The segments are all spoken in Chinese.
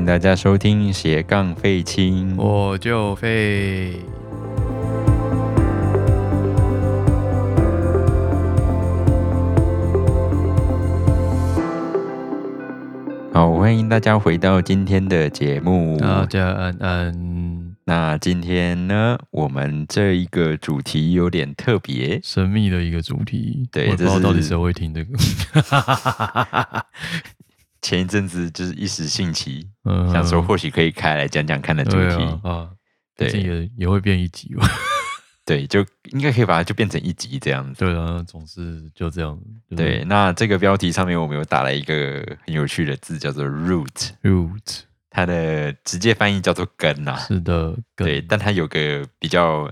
迎大家收听斜杠废青， 我就废。 好，欢迎大家回到今天的节目。 大家安安。 那今天呢，我们这一个主题有点特别， 神秘的一个主题。 对， 我不知道到底谁会听这个。 前一阵子就是一时兴起，想说或许可以开来讲讲看的主题对，也会变一集吧。 对，就应该可以把它就变成一集这样子。 对啊，总是就这样。 对，那这个标题上面我们有打了一个很有趣的字，叫做 root。它的直接翻译叫做根啊。 是的，根。 对，但它有个比较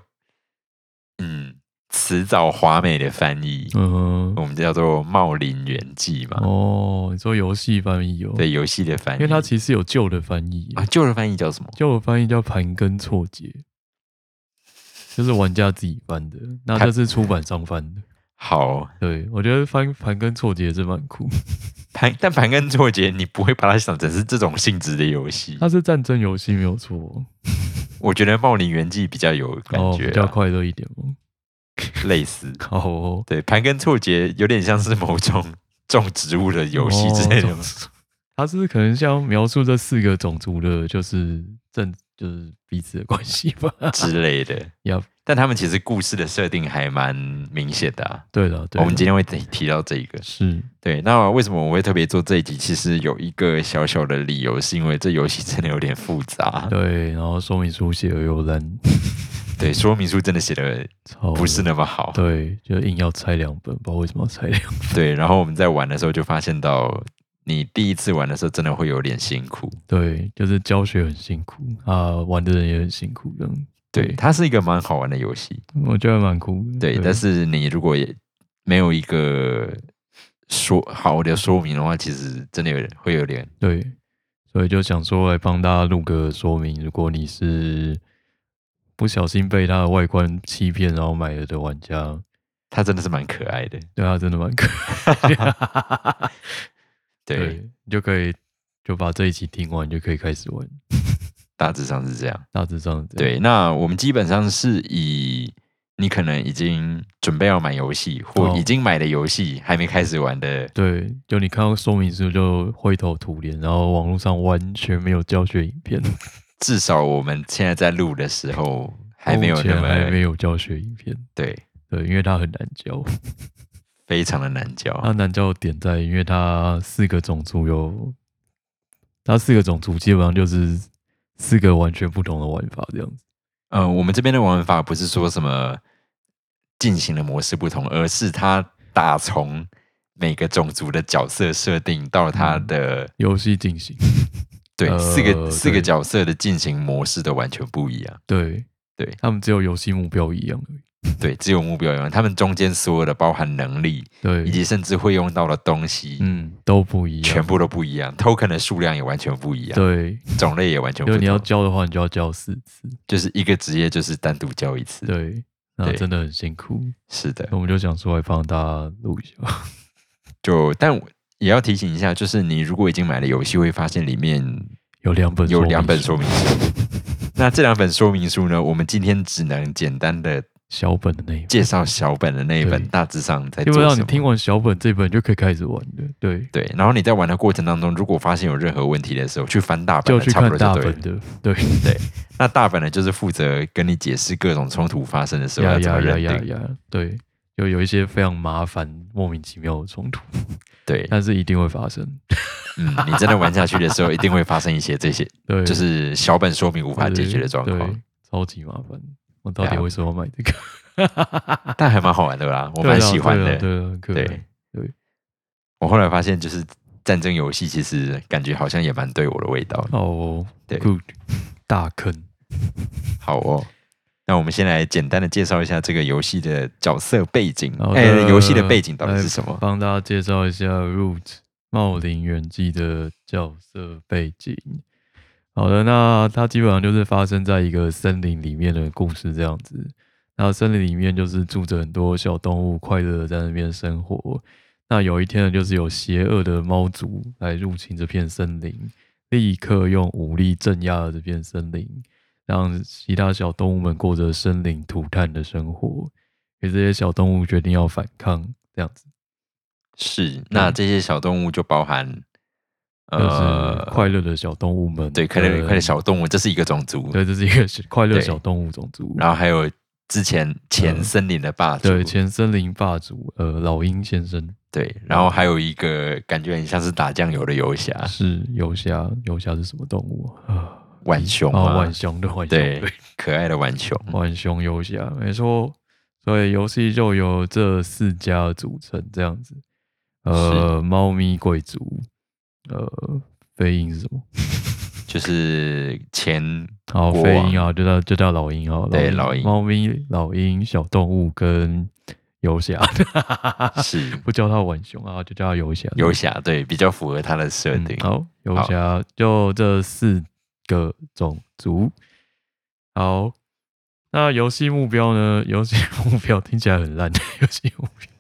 辞藻华美的翻译，我们叫做茂林园记嘛。 哦，你说游戏翻译哦？ 对，游戏的翻译， 因为它其实有旧的翻译啊。旧的翻译叫什么？ 旧的翻译叫盘根错节，就是玩家自己翻的。那这是出版商翻的。 好， 对，我觉得翻盘根错节是蛮酷。 但盘根错节，你不会把它想成是这种性质的游戏。 它是战争游戏没有错。 我觉得茂林园记比较有感觉， 比较快乐一点吗？ 类似。 哦， 对，盘根错节有点像是某种种植物的游戏之类的。 它是可能像描述这4个种族的，就是彼此的关系吧之类的。但他们其实故事的设定还蛮明显的啊。 对的， 我们今天会提到这个。 是。 对，那为什么我会特别做这一集？其实有一个小小的理由，是因为这游戏真的有点复杂。 对，然后说明书写的又烂。 对，说明书真的写的不是那么好。 对，就硬要拆2本，不知道为什么要拆2本。 对，然后我们在玩的时候就发现到，你第一次玩的时候真的会有点辛苦。 对，就是教学很辛苦啊，玩的人也很辛苦这样。 对，它是一个蛮好玩的游戏， 我觉得蛮酷的。 对，但是你如果也没有一个好的说明的话，其实真的会有点。 对，所以就想说来帮大家录个说明，如果你是不小心被它的外观欺骗然后买了的玩家， 它真的是蛮可爱的。 对，它真的蛮可爱的。 对， 你就可以就把这一集听完，你就可以开始玩。 大致上是这样。 对， 那我们基本上是以你可能已经准备要买游戏，或已经买的游戏还没开始玩的。 对，就你看到说明书就灰头土脸，然后网络上完全没有教学影片。 至少我们现在在录的时候还没有教学影片。 对， 因为它很难教。 非常的难教。 它难教的点在，因为它4个种族基本上就是4个完全不同的玩法这样子。 我们这边的玩法不是说什么进行的模式不同，而是它打从每个种族的角色设定到它的游戏进行。 对，4个角色的进行模式都完全不一样。 对，他们只有游戏目标一样而已。 对，只有目标一样，他们中间所有的包含能力， 对， 以及甚至会用到的东西， 都不一样， 全部都不一样。token 的数量也完全不一样， 对， 种类也完全不同。 你要教的话，你就要教4次， 就是一个职业就是单独教1次。 对，那真的很辛苦。 是的， 我们就想说来帮大家录一下。 但也要提醒一下，就是你如果已经买了游戏，会发现里面有2本说明书。那这2本说明书呢，我们今天只能简单的小本的那一本介绍小本的那一本，大致上在做什么。 基本上你听完小本这本就可以开始玩的。 对，然后你在玩的过程当中，如果发现有任何问题的时候，去翻大本的， 就去看大本的。对， 那大本的就是负责跟你解释各种冲突发生的时候要怎么认定。 对，有一些非常麻烦、莫名其妙的冲突。 对， 但是一定会发生。 你真的玩下去的时候，一定会发生一些这些， 对， 就是小本说明无法解决的状况。 对，超级麻烦。我到底为什么要买这个？ 但还蛮好玩的啦，我蛮喜欢的。 对， 我后来发现，就是战争游戏，其实感觉好像也蛮对我的味道。对 ，good， 大坑。 好哦，那我们先来简单的介绍一下这个游戏的角色背景。游戏的背景到底是什么？ 帮大家介绍一下 Root 茂林园记的角色背景。好的，那它基本上就是发生在一个森林里面的故事这样子。那森林里面就是住着很多小动物，快乐的在那边生活。那有一天呢，就是有邪恶的猫族来入侵这片森林， 立刻用武力镇压了这片森林，让其他小动物们过着生灵涂炭的生活。给这些小动物决定要反抗，这样子。 是，那这些小动物就包含就是快乐的小动物们， 对，快乐小动物，这是一个种族， 对，这是一个快乐小动物种族。 然后还有之前前森林的霸主， 对，前森林霸主，老鹰先生。 对，然后还有一个感觉很像是打酱油的游侠， 是游侠，游侠是什么动物啊？ 浣熊啊，浣熊的浣熊， 对，可爱的浣熊， 浣熊游侠，没错。所以游戏就由这4家组成，这样子。猫咪贵族，飞鹰是什么？ 就是好，飞鹰啊，就叫老鹰啊。 对，老鹰、 猫咪、老鹰、小动物跟游侠， 是不叫它浣熊啊，就叫它游侠。 游侠对，比较符合它的设定。 好，游侠就这4个种族。好，那游戏目标呢？游戏目标听起来很烂。游戏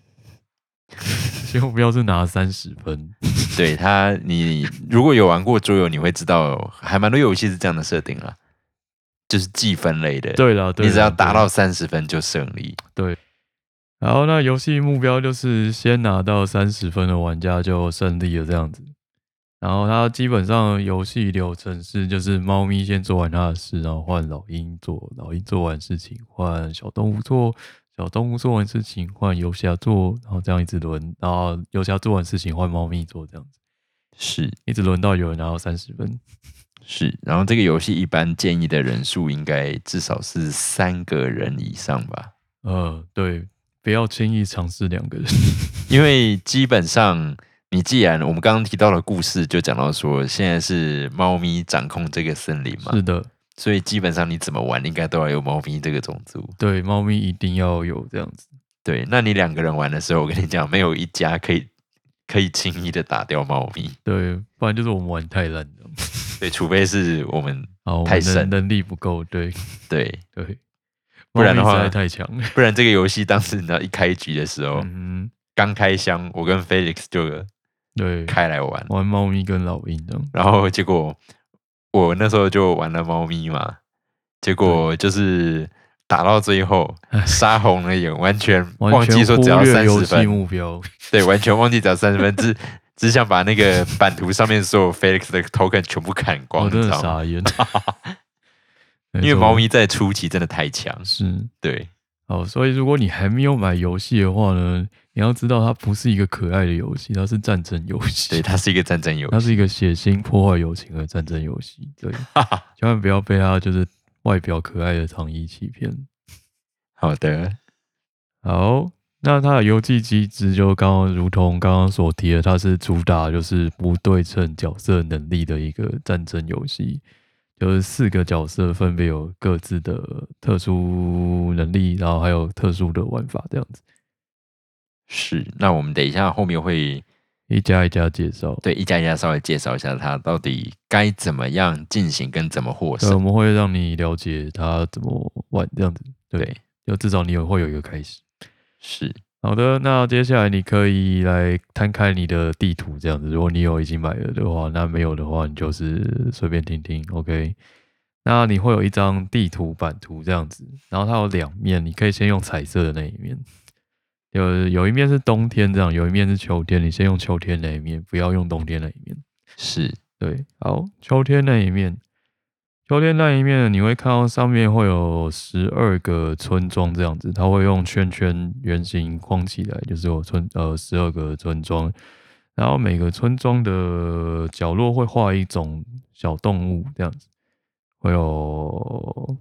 目标是拿30分。 对它，你如果有玩过桌游，你会知道，还蛮多游戏是这样的设定啦，就是计分类的。 对啦， 你只要达到30分就胜利。 对。然后那游戏目标就是先拿到30分的玩家就胜利了这样子。然后它基本上游戏流程是，就是猫咪先做完它的事，然后换老鹰做，老鹰做完事情换小动物做，小动物做完事情换游侠做，然后这样一直轮，然后游侠做完事情换猫咪做，这样子是一直轮到有人拿到30分。 是，然后这个游戏一般建议的人数应该至少是3个人以上吧？ 对，不要轻易尝试2个人， 因为基本上。你既然我们刚刚提到的故事就讲到说，现在是猫咪掌控这个森林嘛， 是的， 所以基本上你怎么玩，应该都要有猫咪这个种族。 对，猫咪一定要有这样子。 对，那你2个人玩的时候，我跟你讲，没有一家可以轻易的打掉猫咪。 对，不然就是我们玩太烂了。 对，除非是我们太神， 能力不够。对， 不然的话实在太强了。 不然这个游戏当时你知道一开局的时候，刚开箱，我跟 Felix 就开来玩猫咪跟老鹰这样， 然后结果我那时候就玩了猫咪嘛，结果就是打到最后杀红了眼，完全忘记说只要30分目标， 对，完全忘记只要30分，只想把那个版图上面所有 Felix 的 token 全部砍光， 我真的傻眼。 因为猫咪在初期真的太强， 是， 对。 好，所以如果你还没有买游戏的话呢，你要知道它不是一个可爱的游戏，它是战争游戏。 对，它是一个战争游戏， 它是一个血腥、破坏友情的战争游戏。对，千万不要被它就是外表可爱的糖衣欺骗。 好的， 好，那它的游戏机制就如同刚刚所提的，它是主打就是不对称角色能力的一个战争游戏。就是4个角色分别有各自的特殊能力，然后还有特殊的玩法，这样子。 是，那我们等一下后面会一家一家介绍， 对，一家一家稍微介绍一下它到底该怎么样进行跟怎么获胜。 我们会让你了解它怎么玩，这样子。对，就至少你会有一个开始。 是。 好的，那接下来你可以来摊开你的地图，这样子。如果你已经买了的话，那没有的话，你就是随便听听 ，OK。那你会有一张地图版图这样子，然后它有2面，你可以先用彩色的那一面，有一面是冬天这样，有一面是秋天，你先用秋天那一面，不要用冬天那一面。 是， 对，好，秋天那一面。秋天那一面，你会看到上面会有12个村庄这样子，它会用圈圈圆形框起来，就是有12个村庄，然后每个村庄的角落会画一种小动物这样子，会有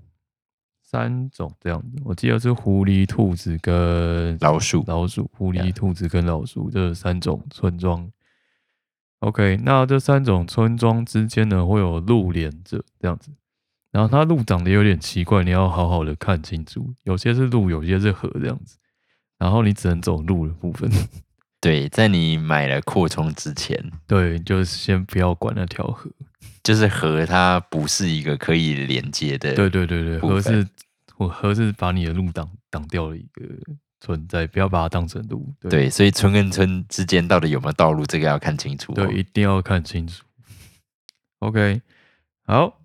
3种这样子，我记得是狐狸、兔子跟老鼠， 狐狸、兔子跟老鼠这3种村庄。OK， 那这3种村庄之间呢，会有路连着这样子，然后它路长得有点奇怪，你要好好的看清楚，有些是路，有些是河这样子，然后你只能走路的部分。 对，在你买了扩充之前， 对，就是先不要管那条河， 就是河它不是一个可以连接的， 对，河是把你的路挡掉了一个存在，不要把它当成路。 对，所以村跟村之间到底有没有道路，这个要看清楚。 对，一定要看清楚。 OK，好，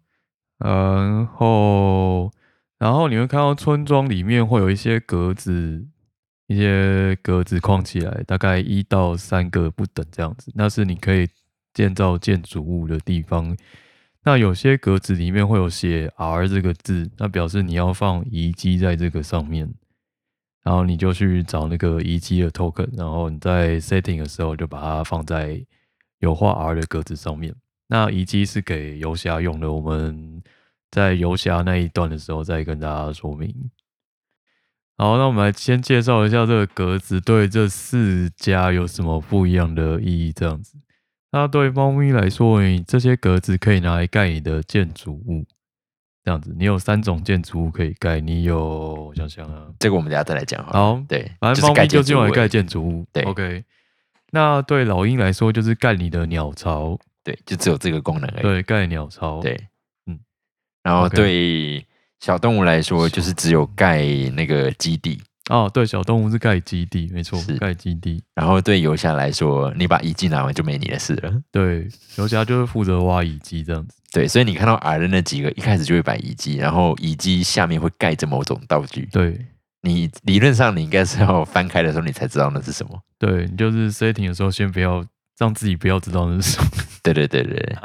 然后你会看到村庄里面会有一些格子，框起来，大概1到3个不等这样子，那是你可以建造建筑物的地方。那有些格子里面会有写 R 这个字，那表示你要放遗迹在这个上面，然后你就去找那个遗迹的 token，然后你在 setting 的时候就把它放在有画 R 的格子上面。那遗迹是给游侠用的，我们在游侠那一段的时候再跟大家说明。好，那我们来先介绍一下这个格子对这4家有什么不一样的意义，这样子。那对猫咪来说，你这些格子可以拿来盖你的建筑物，这样子。你有3种建筑物可以盖，你有，我想想啊， 这个我们等一下再来讲好了。 好， 对， 反正猫咪就是用来盖建筑物。 对 ，OK。那对老鹰来说，就是盖你的鸟巢。 对，就只有这个功能而已。 对，盖鸟巢。 对，然后对小动物来说，就是只有盖那个基地。 哦，对，小动物是盖基地，没错，盖基地。 然后对游侠来说，你把遗迹拿完就没你的事了。 对，游侠就是负责挖遗迹这样子。 对，所以你看到 R 的那几个，一开始就会摆遗迹，然后遗迹下面会盖着某种道具。 对， 你理论上你应该是要翻开的时候，你才知道那是什么。 对，你就是 setting 的时候，先不要让自己不要知道那是什么。 对对对对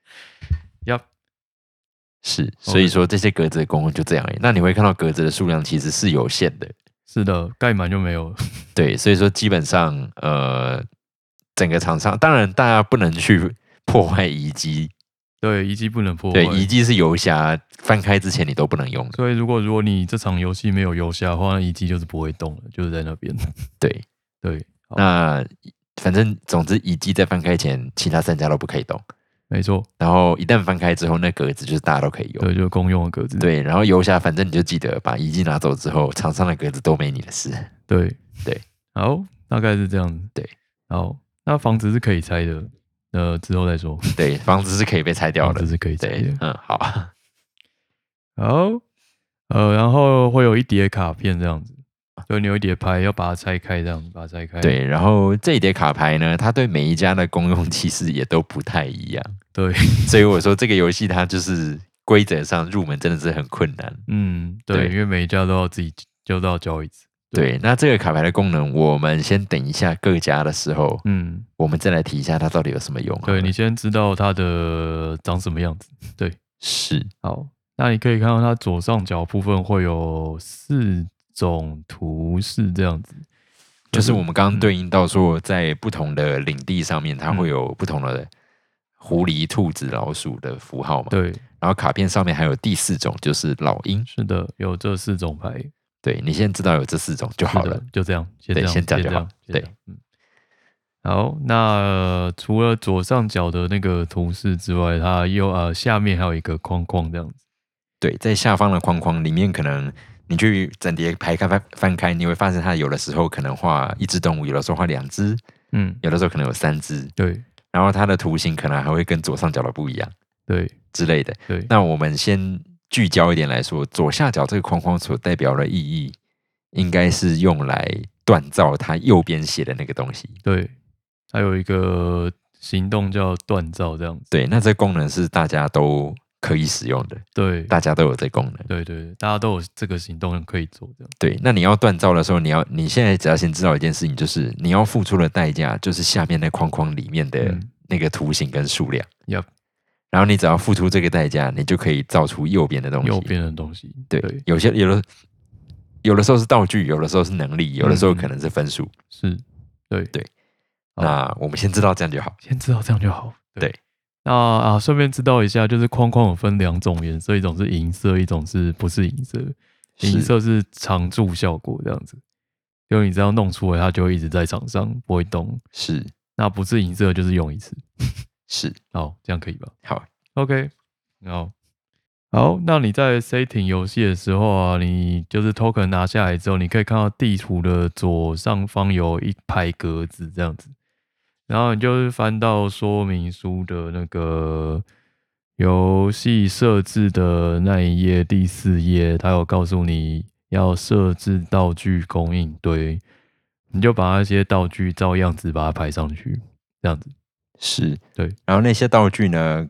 ，Yup， 是，所以说这些格子的功能就这样而已。那你会看到格子的数量其实是有限的。 是的，盖满就没有了。 对，所以说基本上整个场上，当然大家不能去破坏遗迹。 对，遗迹不能破坏。 对，遗迹是游侠翻开之前你都不能用的。 所以如果你这场游戏没有游侠的话，那遗迹就是不会动了，就是在那边。 对对， 那反正总之遗迹在翻开前，其他3家都不可以动。 没错。 然后一旦翻开之后，那格子就是大家都可以用。 对，就是公用的格子。 对，然后游侠反正你就记得把遗迹拿走之后，场上的格子都没你的事。 对对， 好，大概是这样子。 对， 好，那房子是可以拆的，之后再说。 对，房子是可以被拆掉的， 房子是可以拆的。 好， 好，然后会有一叠卡片这样子，就你有一叠牌要把它拆开，这样子把它拆开。 对，然后这一叠卡牌呢，它对每一家的功用其实也都不太一样。 对， 所以我说这个游戏它就是规则上入门真的是很困难。 对，因为每一家都要自己都要教一次。 对，那这个卡牌的功能，我们先等一下各家的时候，我们再来提一下它到底有什么用。 对，你先知道它的长什么样子。对， 是。 好，那你可以看到它左上角部分会有4种图示这样子， 就是我们刚刚对应到说，在不同的领地上面，它会有不同的狐狸、兔子、老鼠的符号嘛？ 对。 然后卡片上面还有第4种，就是老鹰。 是的，有这4种牌。 对，你先知道有这4种就好了， 就这样， 对，先这样就好。对， 好，那除了左上角的那个图示之外，它下面还有一个框框这样子。 对，在下方的框框里面，可能你去整叠牌翻开，你会发现它有的时候可能画1只动物，有的时候画2只，有的时候可能有3只。 对， 然后它的图形可能还会跟左上角的不一样， 对之类的。 对， 那我们先聚焦一点来说，左下角这个框框所代表的意义，应该是用来锻造它右边写的那个东西。 对，它有一个行动叫锻造这样子。 对，那这功能是大家都可以使用的。 对， 大家都有这功能。 对，大家都有这个行动可以做的。 对，那你要锻造的时候，你现在只要先知道一件事情，就是你要付出的代价，就是下面那框框里面的那个图形跟数量。然后你只要付出这个代价，你就可以造出右边的东西。 右边的东西， 对，有的时候是道具，有的时候是能力，有的时候可能是分数。 是，对。 那我们先知道这样就好。 先知道这样就好。 对。 那顺便知道一下，就是框框有分2种颜色，一种是银色，一种是不是银色？银色是常驻效果这样子，因为你只要弄出来，它就会一直在场上不会动。 是。 那不是银色就是用一次。 是。 好，这样可以吧？ 好 ，OK。好，那你在 setting 游戏的时候啊，你就是 token 拿下来之后，你可以看到地图的左上方有一排格子这样子，然后你就是翻到说明书的那个游戏设置的那一页第4页，它有告诉你要设置道具供应堆，你就把那些道具照样子把它排上去，这样子。 是。 对。 然后那些道具呢，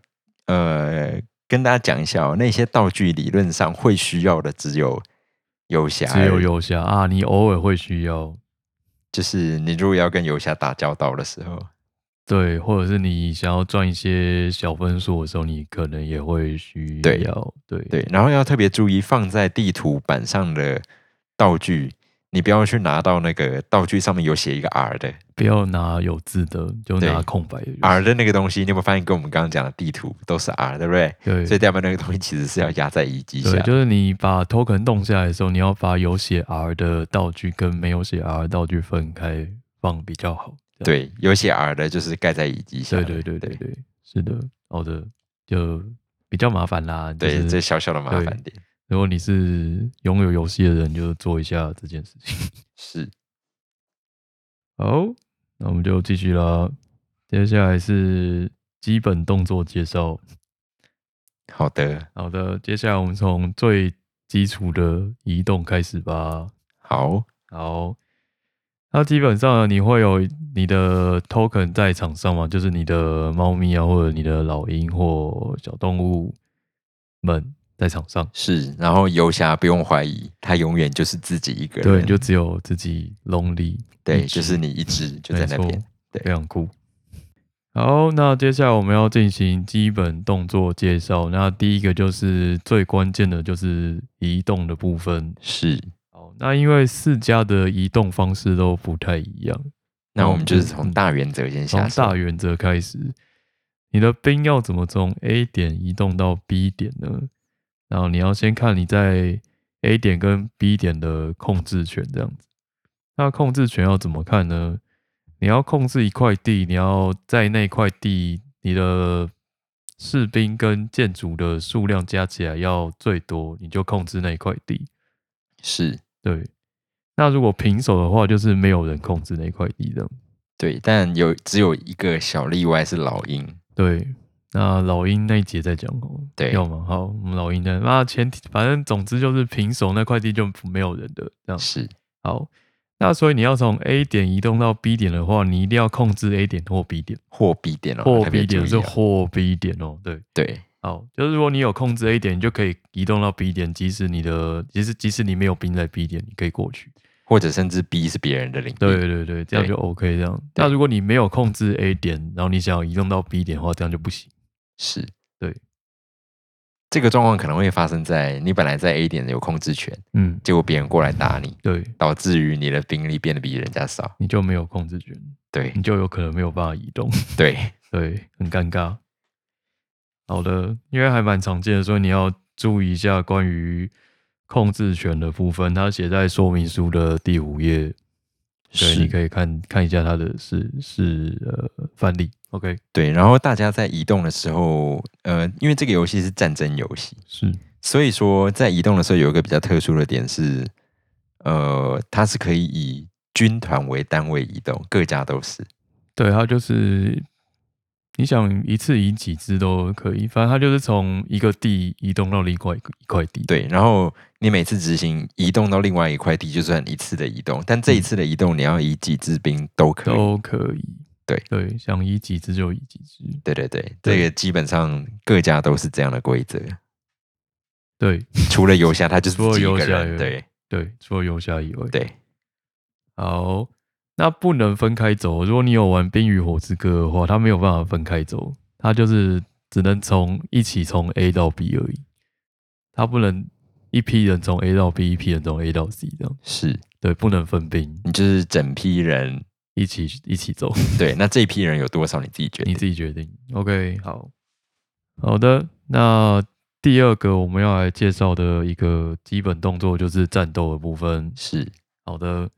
跟大家讲一下那些道具理论上会需要的只有游侠， 只有游侠啊，你偶尔会需要， 就是你如果要跟游侠打交道的时候， 对，或者是你想要赚一些小分数的时候，你可能也会需要，对， 然后要特别注意放在地图板上的道具。你不要去拿到那个道具上面有写一个 R 的， 不要拿有字的，就拿空白的。 R 的那个东西，你有没有发现跟我们刚刚讲的地图都是 R， 对不对？ 对， 所以代表那个东西其实是要压在遗迹下。 对，就是你把 token 动下来的时候，你要把有写 R 的道具跟没有写 R 的道具分开放比较好。 对，有写 R 的就是盖在遗迹下。 对，是的，好的，就比较麻烦啦。 对，这小小的麻烦点。 如果你是拥有游戏的人，就做一下这件事情。 是。 好，那我们就继续啦。接下来是基本动作介绍。 好的， 接下来我们从最基础的移动开始吧。 好， 那基本上你会有你的 token 在场上嘛，就是你的猫咪啊，或者你的老鹰或小动物们在场上。 是，然后游侠不用怀疑，他永远就是自己一个人， 对，就只有自己 lonely， 对，就是你一只就在那边，对， 非常酷。好，那接下来我们要进行基本动作介绍。那第一个就是最关键的，就是移动的部分。 是。 好，那因为4家的移动方式都不太一样， 那我们就是从大原则先下手。 从大原则开始，你的兵要怎么从 A 点移动到 B 点呢？然后你要先看你在 A 点跟 B 点的控制权，这样子。那控制权要怎么看呢？你要控制一块地，你要在那块地，你的士兵跟建筑的数量加起来要最多，你就控制那一块地。 是， 对。那如果平手的话，就是没有人控制那块地的。 对，但只有一个小例外是老鹰。 对，那老鹰那一节再讲哦。 对， 要吗？好，我们老鹰的那前提，反正总之就是平手那块地就没有人的这样。 是， 好。那所以你要从 A 点移动到 B 点的话，你一定要控制 A 点或 B 点。 或 B 点哦， 或 B 点是或 B 点哦， 对。 好，就是如果你有控制 A 点，你就可以移动到 B 点，即使你没有兵在 B 点，你可以过去， 或者甚至 B 是别人的领地。 对，这样就 OK 这样。那如果你没有控制 A 点，然后你想要移动到 B 点的话，这样就不行。 是， 对。 这个状况可能会发生在你本来在 A 点有控制权，结果别人过来打你， 对， 导致于你的兵力变得比人家少， 你就没有控制权， 对， 你就有可能没有办法移动， 对， 很尴尬。好的，因为还蛮常见的，所以你要注意一下关于控制权的部分，它写在说明书的第5页。对，你可以看一下它的范例。OK， 对，然后大家在移动的时候，因为这个游戏是战争游戏， 是， 所以说在移动的时候有一个比较特殊的点是，它是可以以军团为单位移动，各家都是。 对，它就是你想一次移几只都可以，反正它就是从一个地移动到另一块地。 对，然后你每次执行移动到另外一块地，就算一次的移动，但这一次的移动你要移几支兵都可以。对，想移几只就移几只。对，这个基本上各家都是这样的规则。 对， 除了游侠，他就是自己一个人。 对，除了游侠以外。 对， 好，那不能分开走。如果你有玩《冰与火之歌》的话，它没有办法分开走，它就是只能一起从 A 到 B 而已。它不能一批人从 A 到 B， 一批人从 A 到 C 这样。 是， 对，不能分兵， 你就是整批人一起走。 对，那这一批人有多少你自己决定。OK， 好的。那第2个我们要来介绍的一个基本动作就是战斗的部分。 是， 好的。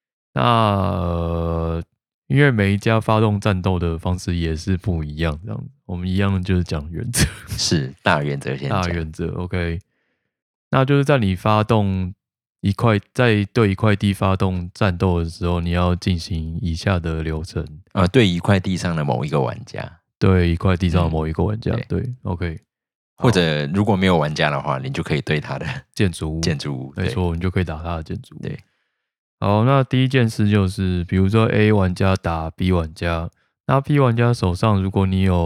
那因为每一家发动战斗的方式也是不一样，这样我们一样就是讲原则。 是，大原则先讲。 大原则 OK。那就是在你在对一块地发动战斗的时候，你要进行以下的流程。 对一块地上的某一个玩家。 对一块地上的某一个玩家。对 OK。 或者如果没有玩家的话，你就可以对他的建筑物，没错，你就可以打他的建筑物。 对。 好，那第一件事就是，比如说 A 玩家打 B 玩家，那 B 玩家手上如果你有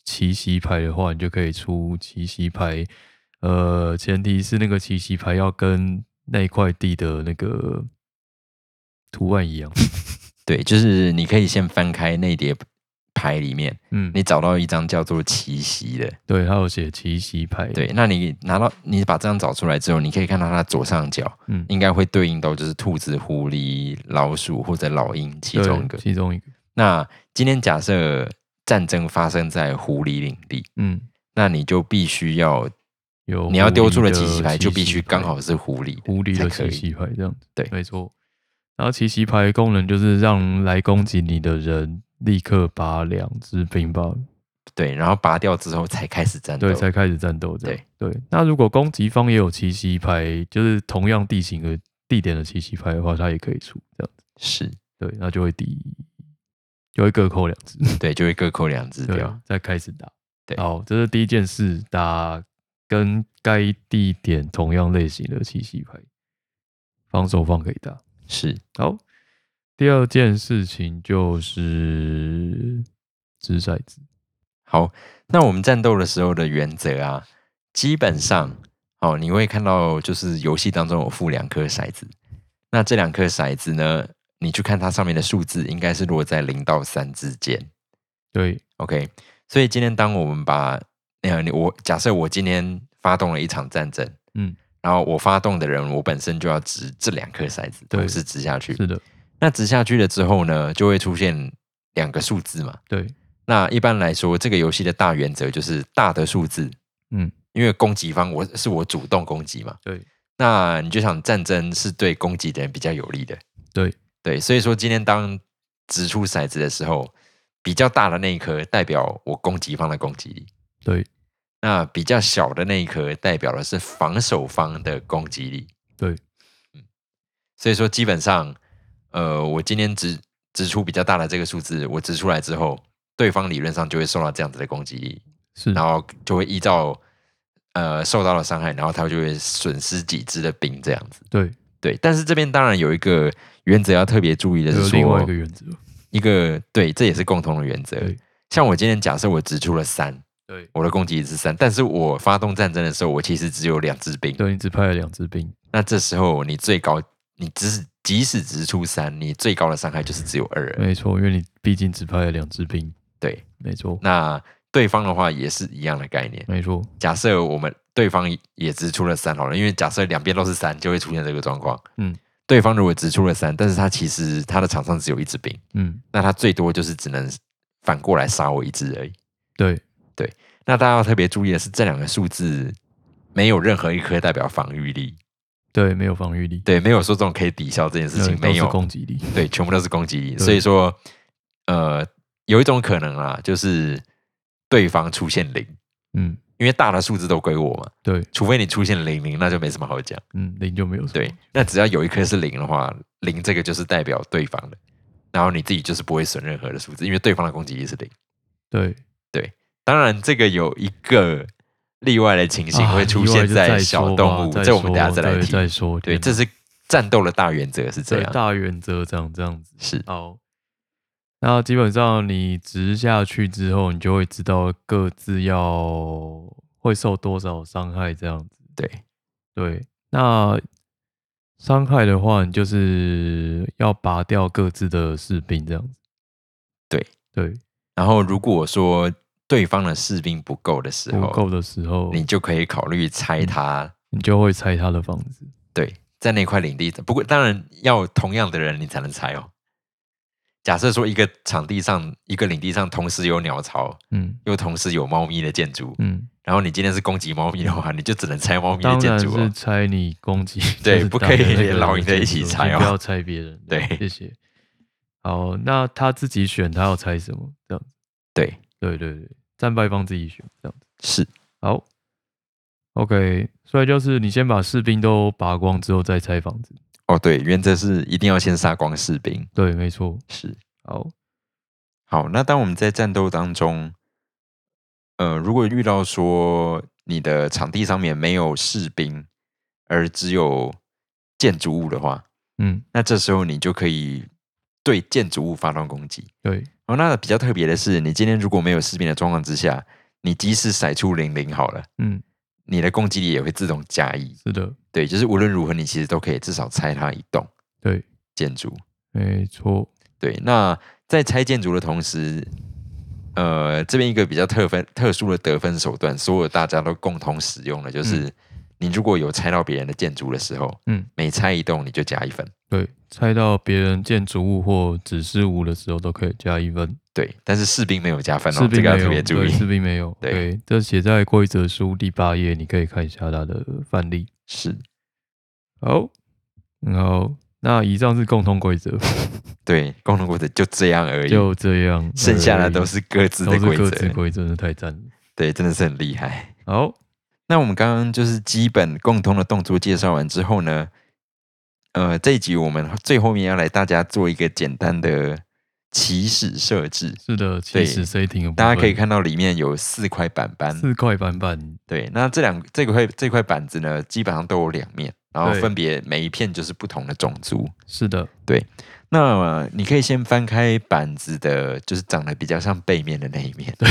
奇袭牌的话，你就可以出奇袭牌。前提是那个奇袭牌要跟那块地的那个图案一样。 对，就是你可以先翻开那叠牌里面，你找到一张叫做奇袭的， 对，它有写奇袭牌。 对，那你把这张找出来之后，你可以看到它左上角，应该会对应到就是兔子、狐狸、老鼠或者老鹰其中一个。那今天假设战争发生在狐狸领地，那你就必须要你要丢出的奇袭牌就必须刚好是狐狸的奇袭牌这样子。 对， 没错。然后奇袭牌的功能就是让来攻击你的人立刻拔2支兵吧。 对，然后拔掉之后才开始战斗。 对，才开始战斗这样。对。那如果攻击方也有奇袭牌，就是同样地形的地点的奇袭牌的话，它也可以出这样子。 是。 对，那就会各扣2支。 对，就会各扣2支掉， 再开始打。 对， 好，这是第一件事，打跟该地点同样类型的奇袭牌，防守方可以打。 是。 好，第二件事情就是掷骰子。 好，那我们战斗的时候的原则啊，基本上你会看到就是游戏当中有附2颗骰子，那这2颗骰子呢，你去看它上面的数字，应该是落在0到3之间。 对 ，OK， 所以今天当我们把假设我今天发动了一场战争，然后我发动的人，我本身就要掷这2颗骰子，同时掷下去。 是的。 那掷下去了之后呢，就会出现2个数字嘛。 对。 那一般来说，这个游戏的大原则就是大的数字，因为攻击方是我主动攻击嘛。 对。 那你就想战争是对攻击的人比较有利的。对，所以说今天当掷出骰子的时候，比较大的那一颗代表我攻击方的攻击力。 对。 那比较小的那一颗代表的是防守方的攻击力。 对。 所以说基本上，我今天掷出比较大的这个数字，我掷出来之后，对方理论上就会受到这样子的攻击力，然后就会依照受到的伤害，然后他就会损失几支的兵这样子。对，但是这边当然有一个原则要特别注意的是说， 另外一个原则， 对，这也是共同的原则。像我今天假设我掷出了3， 对， 我的攻击力是3，但是我发动战争的时候，我其实只有2支兵。 对，你只派了2支兵。 那这时候你即使掷出3，你最高的伤害就是只有2。 没错，因为你毕竟只派了2支兵。 对， 没错。 那对方的话也是一样的概念。 没错。 假设对方也掷出了3好了，因为假设两边都是3，就会出现这个状况。对方如果掷出了3，但是他其实他的场上只有1支兵，那他最多就是只能反过来杀我1支而已。 对。 那大家要特别注意的是，这2个数字没有任何一颗代表防御力。 对，没有防御力。 对，没有说这种可以抵消这件事情，没有。 都是攻击力。 对，全部都是攻击力。所以说，有一种可能啦，就是对方出现0，因为大的数字都归我嘛。 对， 除非你出现00，那就没什么好讲。 0就没有。 对，那只要有一颗是0的话，0这个就是代表对方的，然后你自己就是不会损任何的数字，因为对方的攻击力是0。 对。 当然这个有一个例外的情形会出现在小动物，这我们等一下再来提。 再说。 对，这是战斗的大原则是这样。 大原则这样子。 是。 好。那基本上你掷下去之后，你就会知道各自会受多少伤害这样子。对。那伤害的话，你就是要拔掉各自的士兵这样子。对。 然后如果说对方的士兵不够的时候，你就可以考虑拆他， 你就会拆他的房子。 对，在那块领地，不过当然要同样的人你才能拆哦。假设说一个场地上、一个领地上同时有鸟巢，又同时有猫咪的建筑，然后你今天是攻击猫咪的话，你就只能拆猫咪的建筑。 当然是拆你攻击， 对，不可以连老鹰的一起拆哦， 不要拆别人。 对， 谢谢。好，那他自己选他要拆什么这样子。对，战败方自己选这样子。 是。 好 ，OK， 所以就是你先把士兵都拔光之后再拆房子。 对，原则是一定要先杀光士兵。 对，没错。 是。 好， 那当我们在战斗当中，如果遇到说你的场地上面没有士兵，而只有建筑物的话，那这时候你就可以对建筑物发动攻击。 对。 那比较特别的是，你今天如果没有士兵的状况之下，你即使骰出00好了，你的攻击力也会自动加1。 是的， 对，就是无论如何，你其实都可以至少拆它一栋建筑。 没错。 对，那在拆建筑的同时，这边一个比较特殊的得分手段，所有大家都共同使用的，就是你如果有拆到别人的建筑的时候，每拆一栋你就加1分。 对，拆到别人建筑物或指示物的时候都可以加1分。 对，但是士兵没有加分哦， 这个要特别注意。 士兵没有。对，这写在规则书第8页，你可以看一下它的范例。 是。 好，那以上是共同规则。 对，共同规则就这样而已， 就这样， 剩下的都是各自的规则。 各自规则真的太赞了。 对，真的是很厉害。 好， 那我们刚刚就是基本共通的动作介绍完之后呢，这一集我们最后面要来大家做一个简单的起始设置。 是的，起始 setting 的部分。 大家可以看到里面有4块板板。 4块板板。 对，那这块板子呢，基本上都有2面，然后分别每一片就是不同的种族。 是的， 对。那你可以先翻开板子的，就是长得比较像背面的那一面。 对，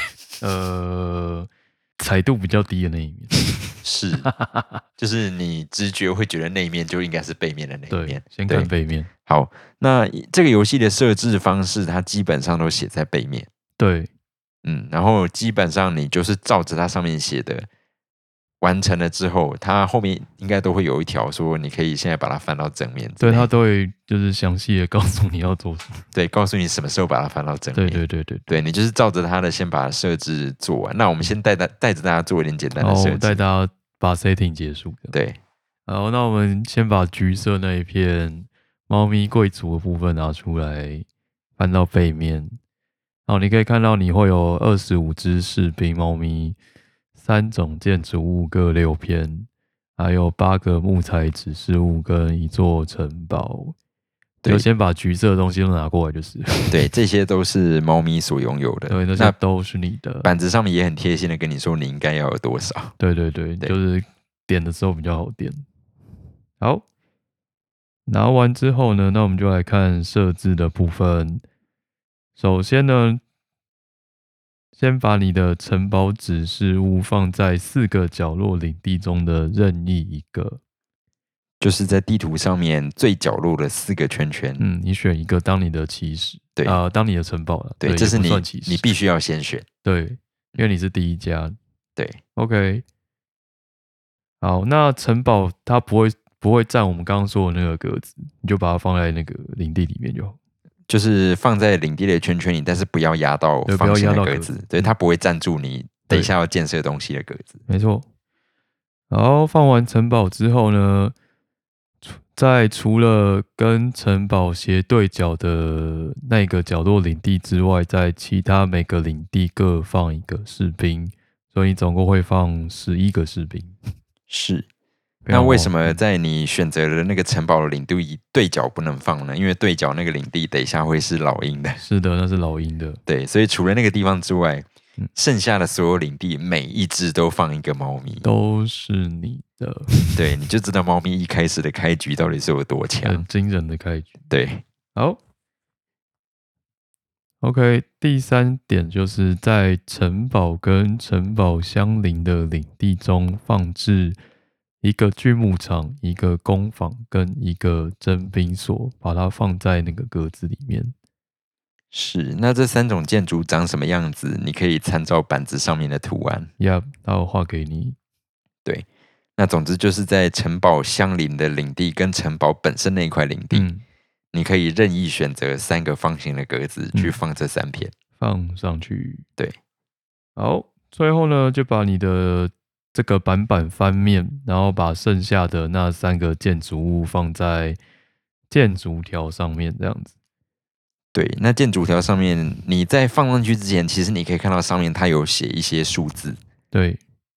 彩度比较低的那一面。 是，就是你直觉会觉得那一面就应该是背面的那一面。 对，先看背面。 好，那这个游戏的设置方式，它基本上都写在背面。 对， 然后基本上你就是照着它上面写的完成了之后，它后面应该都会有一条说你可以现在把它翻到正面。 对，它都会就是详细的告诉你要做什么。 对，告诉你什么时候把它翻到正面。对，你就是照着它的先把设置做完。那我们先带着大家做一点简单的设置， 带大家把 setting 结束。 对， 好，那我们先把橘色那一片猫咪贵族的部分拿出来，翻到背面。好，你可以看到你会有25只士兵猫咪，3种建筑物各6片，还有8个木材指示物跟1座城堡。就先把橘色的东西都拿过来就是。 对，这些都是猫咪所拥有的。 对，那都是你的。 板子上面也很贴心的跟你说你应该要有多少。 对，就是点的时候比较好点。好，拿完之后呢，那我们就来看设置的部分。首先呢，先把你的城堡指示物放在4个角落领地中的任意一个， 就是在地图上面最角落的4个圈圈。 你选一个当你的起始， 对， 当你的城堡了。 对，这是你必须要先选。 对，因为你是第一家。 对 ，OK。好，那城堡它不会占我们刚刚说的那个格子，你就把它放在那个领地里面就好。 就是放在领地的圈圈里，但是不要压到方形的格子。对，它不会占住你等一下要建设东西的格子。 没错。好，放完城堡之后呢，在除了跟城堡斜对角的那个角落领地之外，在其他每个领地各放1个士兵，所以你总共会放11个士兵。 是。那为什么在你选择的那个城堡的领地对角不能放呢？因为对角那个领地等一下会是老鹰的。 是的，那是老鹰的。 对，所以除了那个地方之外，剩下的所有领地每一只都放1个猫咪， 都是你的。 对，你就知道猫咪一开始的开局到底是有多强， 很惊人的开局。 对， 好。OK， 第3点就是在城堡跟城堡相邻的领地中放置1个锯木厂、1个工坊跟1个征兵所，把它放在那个格子里面。 是，那这3种建筑长什么样子？你可以参照板子上面的图案。 那我画给你。 对，那总之就是在城堡相邻的领地跟城堡本身那一块领地，你可以任意选择3个方形的格子去放这3片， 放上去。 对， 好，最后呢，就把你的这个板板翻面，然后把剩下的那3个建筑物放在建筑条上面，这样子。 对，那建筑条上面，你在放上去之前，其实你可以看到上面它有写一些数字。 对。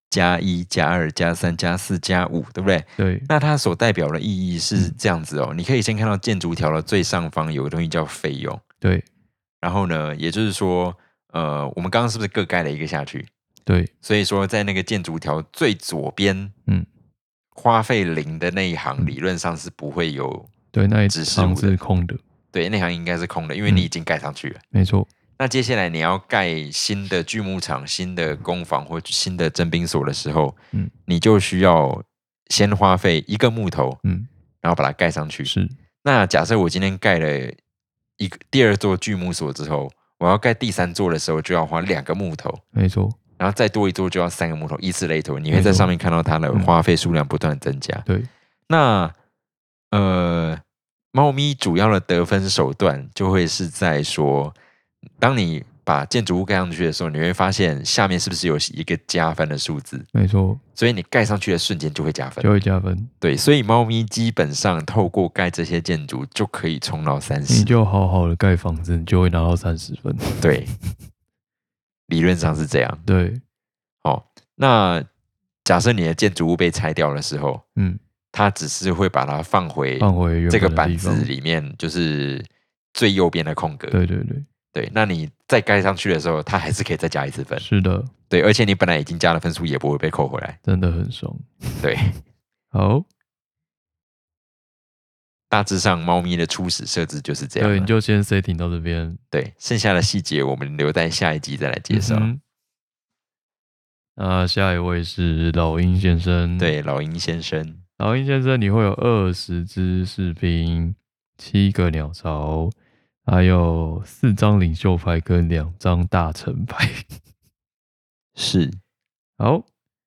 +1、+2、+3、+4、+5，对不对？ 对。 那它所代表的意义是这样子哦。你可以先看到建筑条的最上方有个东西叫费用。 对。 然后呢，也就是说，我们刚刚是不是各盖了1个下去？ 对。 所以说，在那个建筑条最左边，花费0的那一行，理论上是不会有对，那一行是空的。 对，内行应该是空的，因为你已经盖上去了。 没错。 那接下来你要盖新的锯木厂、新的工坊或新的征兵所的时候，你就需要先花费一个木头，然后把它盖上去。 是。 那假设我今天盖了第二座锯木所之后，我要盖第三座的时候，就要花2个木头。 没错。 然后再多一座就要3个木头，以此类推，你会在上面看到它的花费数量不断的增加。 对。 那猫咪主要的得分手段就会是在说，当你把建筑物盖上去的时候，你会发现下面是不是有一个加分的数字？ 没错。 所以你盖上去的瞬间就会加分，对，所以猫咪基本上透过盖这些建筑就可以冲到30。 你就好好的盖房子，你就会拿到30分。 对，理论上是这样。 对。 好，那假设你的建筑物被拆掉的时候，它只是会把它放回这个板子里面，就是最右边的空格。对，那你再盖上去的时候，它还是可以再加1次分。 是的。 对，而且你本来已经加的分数也不会被扣回来， 真的很爽。 对。 好， 大致上猫咪的初始设置就是这样。 对，你就先 setting 到这边。 对，剩下的细节我们留在下一集再来介绍。 那下一位是老鹰先生。 对，老鹰先生。 老鹰先生，你会有20只士兵、7个鸟巢，还有4张领袖牌跟2张大臣牌。 是。 好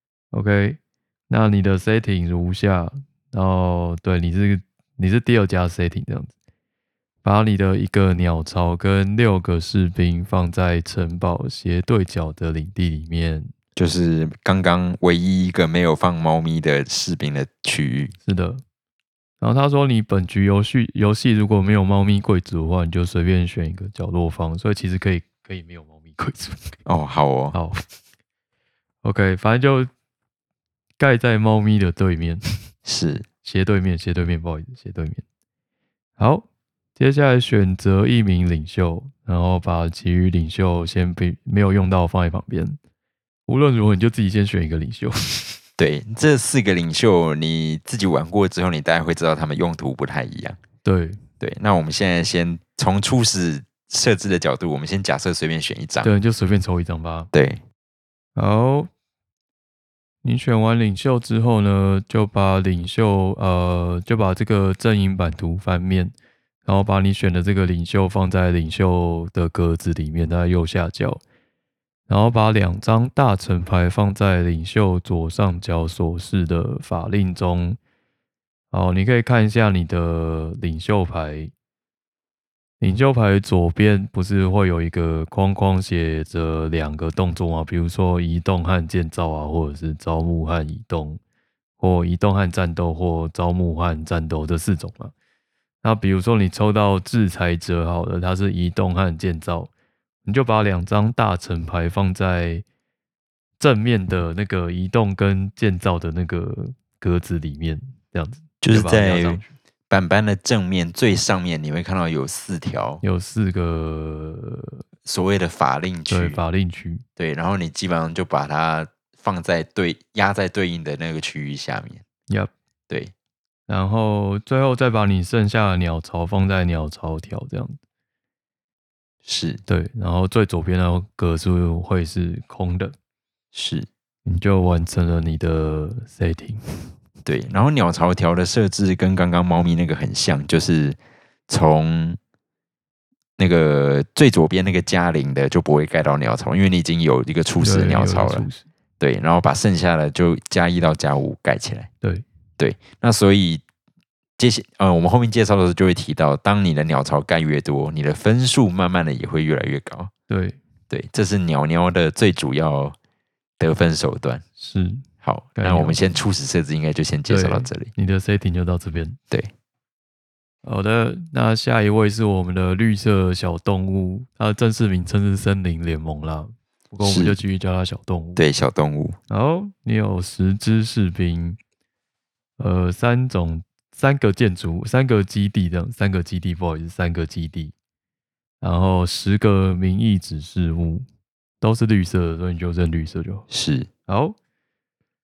，OK。那你的 setting 如下，然后对，你是第2家 setting 这样子，把你的1个鸟巢跟6个士兵放在城堡斜对角的领地里面。 就是刚刚唯一一个没有放猫咪的士兵的区域。 是的。然后他说，你本局游戏如果没有猫咪贵族的话，你就随便选一个角落方，所以其实可以没有猫咪贵族。 哦，好哦。 好。OK， 反正就盖在猫咪的对面。 是。 斜对面，不好意思，斜对面。好，接下来选择1名领袖，然后把其余领袖先没有用到放在旁边。无论如何，你就自己先选一个领袖。 对，这4个领袖你自己玩过之后，你大概会知道他们用途不太一样。 对。 那我们现在先从初始设置的角度，我们先假设随便选1张。 对，就随便抽1张吧。 对。 好，你选完领袖之后呢，就把这个阵营版图翻面，然后把你选的这个领袖放在领袖的格子里面，在右下角。然后把2张大臣牌放在领袖左上角所示的法令中。好，你可以看一下你的领袖牌。领袖牌左边不是会有一个框框写着2个动作吗？比如说移动和建造啊，或者是招募和移动，或移动和战斗，或招募和战斗这4种嘛。那比如说你抽到制裁者，好了，它是移动和建造。你就把2张大臣牌放在正面的那个移动跟建造的那个格子里面，这样子。 就是在板的正面最上面，你会看到有4条， 有4个所谓的法令区。 对，法令区。 对，然后你基本上就把它放在压在对应的那个区域下面。 Yep。 对。 然后最后再把你剩下的鸟巢放在鸟巢条这样子。 是。 对，然后最左边的格数会是空的。 是。 你就完成了你的 setting。 对，然后鸟巢条的设置跟刚刚猫咪那个很像，就是从那个最左边那个加0的就不会盖到鸟巢，因为你已经有一个初始的鸟巢了。对，然后把剩下的就加1到加5盖起来。对，那所以我们后面介绍的时候就会提到，当你的鸟巢盖越多，你的分数慢慢的也会越来越高。 对， 这是鸟鸟的最主要得分手段。 是。 好，那我们先初始设置应该就先介绍到这里。 你的 setting 就到这边。 对。 好的，那下一位是我们的绿色小动物，它的正式名称是森林联盟啦，不过我们就继续叫它小动物。 对，小动物。 好，你有10只士兵，3个建筑，3个基地这样，3个基地，不好意思，3个基地，然后10个民意指示物，都是绿色的，所以你就认绿色就好。 是。 好，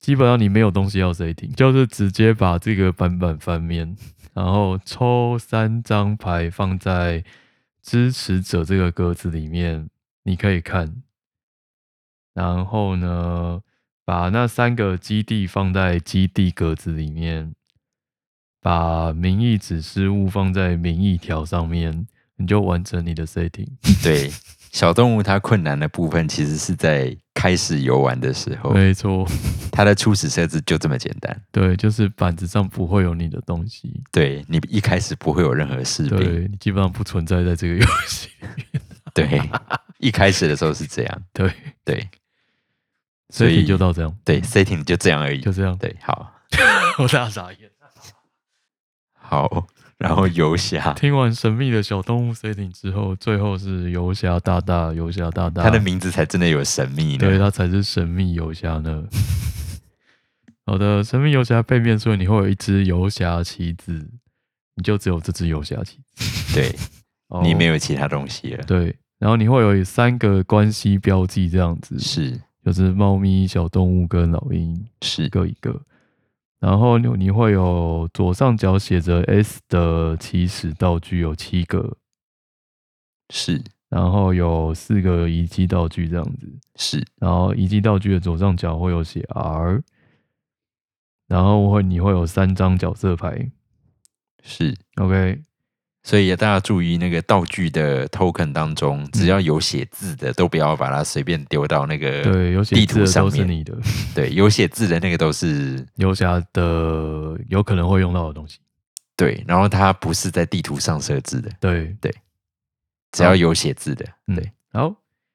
基本上你没有东西要 setting，就是直接把这个版本翻面，然后抽3张牌放在支持者这个格子里面，你可以看。然后呢，把那3个基地放在基地格子里面，把名义指示物放在名义条上面，你就完成你的 setting。 对，小动物它困难的部分其实是在开始游玩的时候， 没错， 它的初始设置就这么简单。 对，就是板子上不会有你的东西， 对，你一开始不会有任何士兵， 对，你基本上不存在在这个游戏里面。 对，一开始的时候是这样。 对对， 所以就到这样。 对 ，setting 就这样而已， 就这样。 对，好， 我大傻眼。 好，然后游侠， 听完神秘的小动物 setting 之后，最后是游侠大大，游侠大大， 他的名字才真的有神秘呢。 对，他才是神秘游侠呢。好的，神秘游侠背面，所以你会有一只游侠旗子，你就只有这只游侠旗子。 对，你没有其他东西了。 对，然后你会有3个关系标记，这样子是， 就是猫咪、小动物跟老鹰， 是各一个。然后你会有左上角写着 S 的起始道具有7个， 是， 然后有4个遗迹道具这样子， 是， 然后遗迹道具的左上角会有写 R， 然后你会有3张角色牌， 是 OK。 所以大家注意那个道具的 token 当中，只要有写字的，都不要把它随便丢到那个地图上面。 对，有写字的都是你的。 对，有写字的那个都是游侠的有可能会用到的东西。 对，然后它不是在地图上设置的。 对对，只要有写字的。对， 好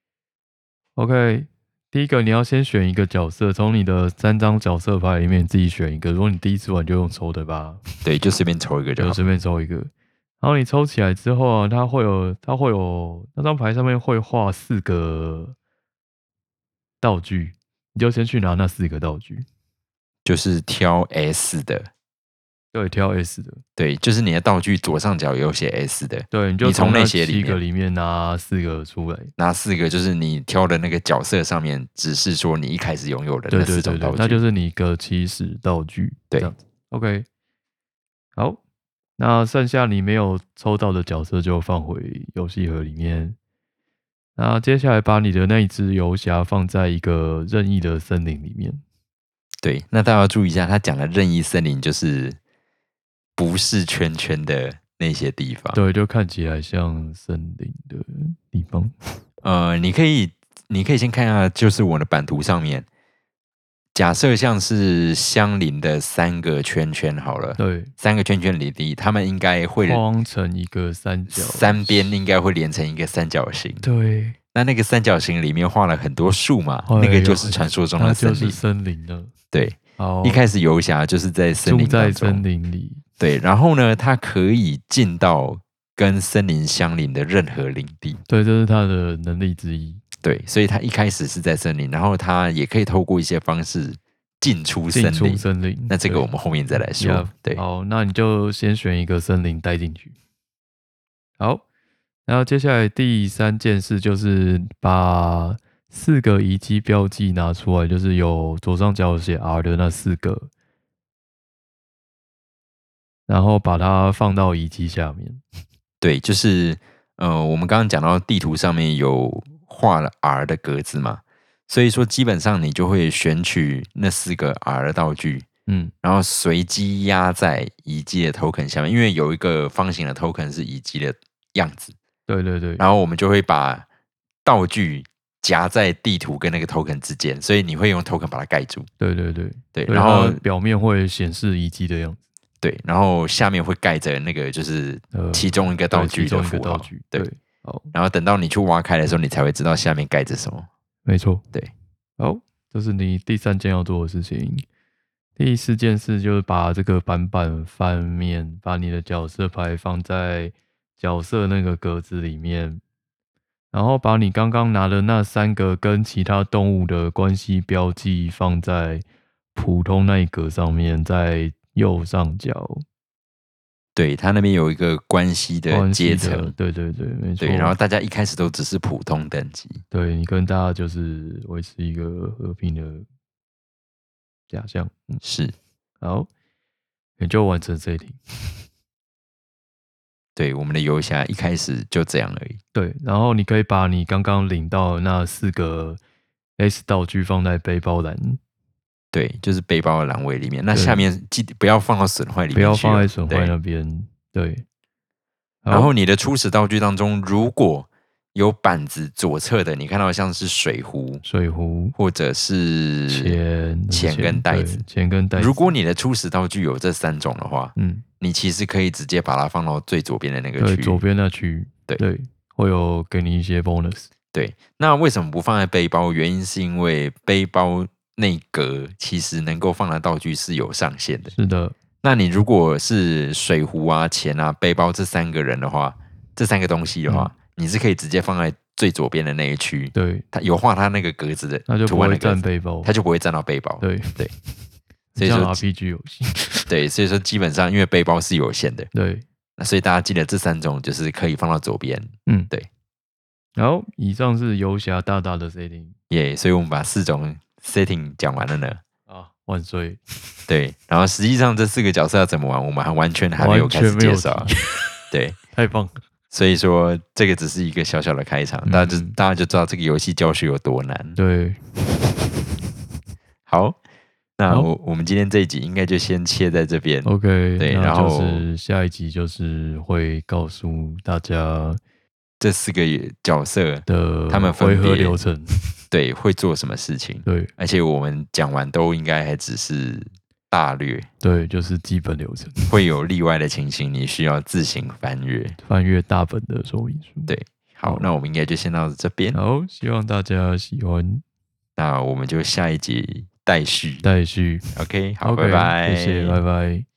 ，OK。第一个你要先选一个角色，从你的3张角色牌里面自己选一个。如果你第一次玩就用抽的吧， 对，就随便抽一个就好。 就随便抽一个。然后你抽起来之后啊，它会有那张牌上面会画4个道具，你就先去拿那4个道具， 就是挑 S 的。 对，挑 S 的。 对，就是你的道具左上角有写 S 的。 对，你就从那些 7 个里面拿4个出来， 拿4个就是你挑的那个角色上面只是说你一开始拥有的那4种道具， 那就是你个起始道具。 对， 这样子 OK。好，那剩下你没有抽到的角色就放回游戏盒里面。那接下来把你的那一只游侠放在一个任意的森林里面。 对，那大家要注意一下，他讲的任意森林就是不是圈圈的那些地方。 对，就看起来像森林的地方。 你可以先看一下，就是我的版图上面，假设像是相邻的3个圈圈好了， 对 ，3个圈圈里，他们应该会框成一个三角 ，3边应该会连成一个三角形。 对， 那个三角形里面画了很多树嘛，那个就是传说中的森林。 就是森林了。 对，一开始游侠就是在森林住在森林里。 对，然后呢，他可以进到跟森林相邻的任何领地。 对，这是他的能力之一。 对，所以他一开始是在森林，然后他也可以透过一些方式进出森林。那这个我们后面再来说。对， 好，那你就先选一个森林带进去。好，然后接下来第3件事就是把4个遗迹标记拿出来，就是有左上角写 R 的那4个，然后把它放到遗迹下面。 对，就是我们刚刚讲到地图上面有画了 R 的格子嘛，所以说基本上你就会选取那4个 R 的道具，然后随机压在遗迹的 token 下面，因为有一个方形的 token 是遗迹的样子。 对对对， 然后我们就会把道具夹在地图跟那个 token 之间，所以你会用 token 把它盖住。 对对对对，然后表面会显示遗迹的样子。 对，然后下面会盖着那个就是其中一个道具的符号。对， 好， 然后等到你去挖开的时候，你才会知道下面盖着什么。 没错， 对， 好，这是你第3件要做的事情。第4件事就是把这个版本翻面，把你的角色牌放在角色那个格子里面，然后把你刚刚拿的那3个跟其他动物的关系标记放在普通那一格上面，在右上角。 对，它那边有一个关系的阶层。 对对对，没错。 对，然后大家一开始都只是普通等级。 对，你跟大家就是维持一个和平的假象。 是， 好，你就完成这一题。 对，我们的游侠一开始就这样而已。 对，然后你可以把你刚刚领到的那4个 S 道具放在背包栏。 对，就是背包的栏位里面。那下面记得不要放到损坏里面去， 不要放在损坏那边。对。 然后你的初始道具当中，如果有板子左侧的，你看到像是水壶，或者是钱跟袋子，如果你的初始道具有这3种的话，你其实可以直接把它放到最左边的那个区域， 对，左边那区域，对，会有给你一些 bonus。 对，那为什么不放在背包？原因是因为背包内格其实能够放的道具是有上限的。 是的。 那你如果是水壶啊、钱啊、背包这3个人的话，这3个东西的话，你是可以直接放在最左边的那一区。 对， 它有画它那个格子的， 它就不会占背包， 它就不会占到背包。 对对，所以说 RPG 游戏， 对，所以说基本上因为背包是有限的， 对， 那所以大家记得这3种就是可以放到左边。对。 好，以上是游侠大大的 setting。 所以我们把4种 setting 讲完了呢。 万岁！ 对，然后实际上这4个角色要怎么玩，我们完全还没有开始介绍。对， 太棒了。 所以说这个只是一个小小的开场，大家就知道这个游戏教学有多难。 对， 好，那我们今天这一集应该就先切在这边。 OK， 对，然后就是下一集就是会告诉大家这4个角色的他们回合流程。 对，会做什么事情？ 对， 而且我们讲完都应该还只是大略。 对，就是基本流程。 会有例外的情形，你需要自行翻阅大本的说明书。 对，好，那我们应该就先到这边。 好，希望大家喜欢。 那我们就下一集待续。 待续。 OK，好，拜拜， 谢谢，拜拜。